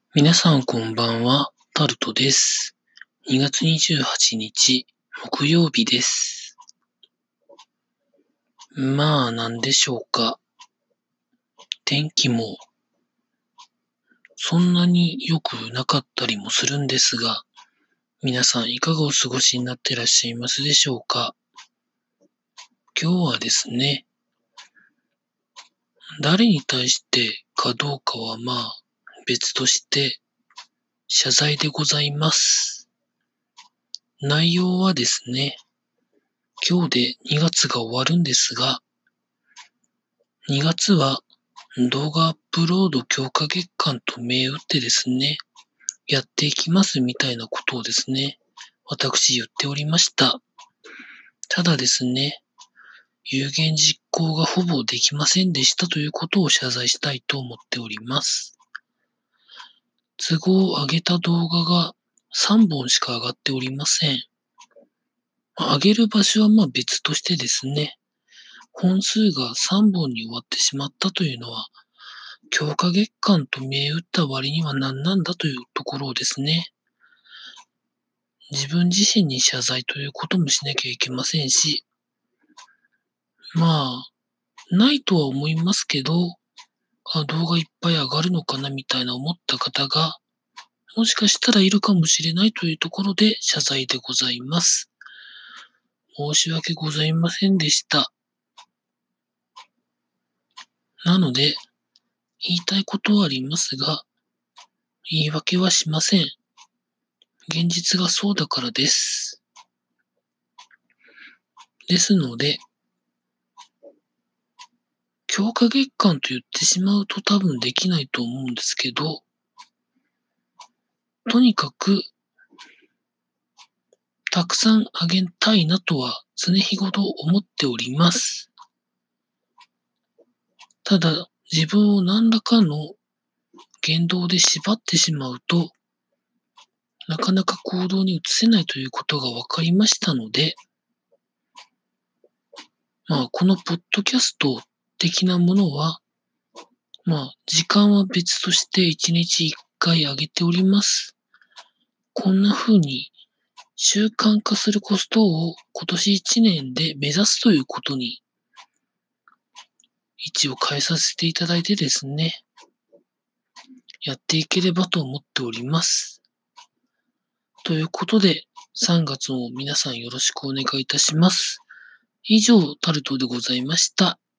皆さんこんばんは、タルトです。2月28日、木曜日です。なんでしょうか。天気もそんなに良くなかったりもするんですが、皆さんいかがお過ごしになっていらっしゃいますでしょうか。今日はですね、誰に対してかどうかは別として謝罪でございます。内容はですね、今日で2月が終わるんですが、2月は動画アップロード強化月間と銘打ってですね、やっていきますみたいなことをですね、私言っておりました。ただですね、有言実行がほぼできませんでしたということを謝罪したいと思っております。都合を上げた動画が3本しか上がっておりません。上げる場所は別としてですね、本数が3本に終わってしまったというのは、強化月間と銘打った割には何なんだというところをですね、自分自身に謝罪ということもしなきゃいけませんし、ないとは思いますけど、動画いっぱい上がるのかなみたいな思った方が、もしかしたらいるかもしれないというところで謝罪でございます。申し訳ございませんでした。なので、言いたいことはありますが、言い訳はしません。現実がそうだからです。ですので、強化月間と言ってしまうと多分できないと思うんですけど、とにかくたくさんあげたいなとは常日頃思っております。ただ、自分を何らかの言動で縛ってしまうと、なかなか行動に移せないということが分かりましたので、このポッドキャスト的なものは、時間は別として1日1回上げております。こんな風に習慣化するコストを今年1年で目指すということに位置を変えさせていただいてですね、やっていければと思っております。ということで、3月も皆さんよろしくお願いいたします。以上、タルトでございました。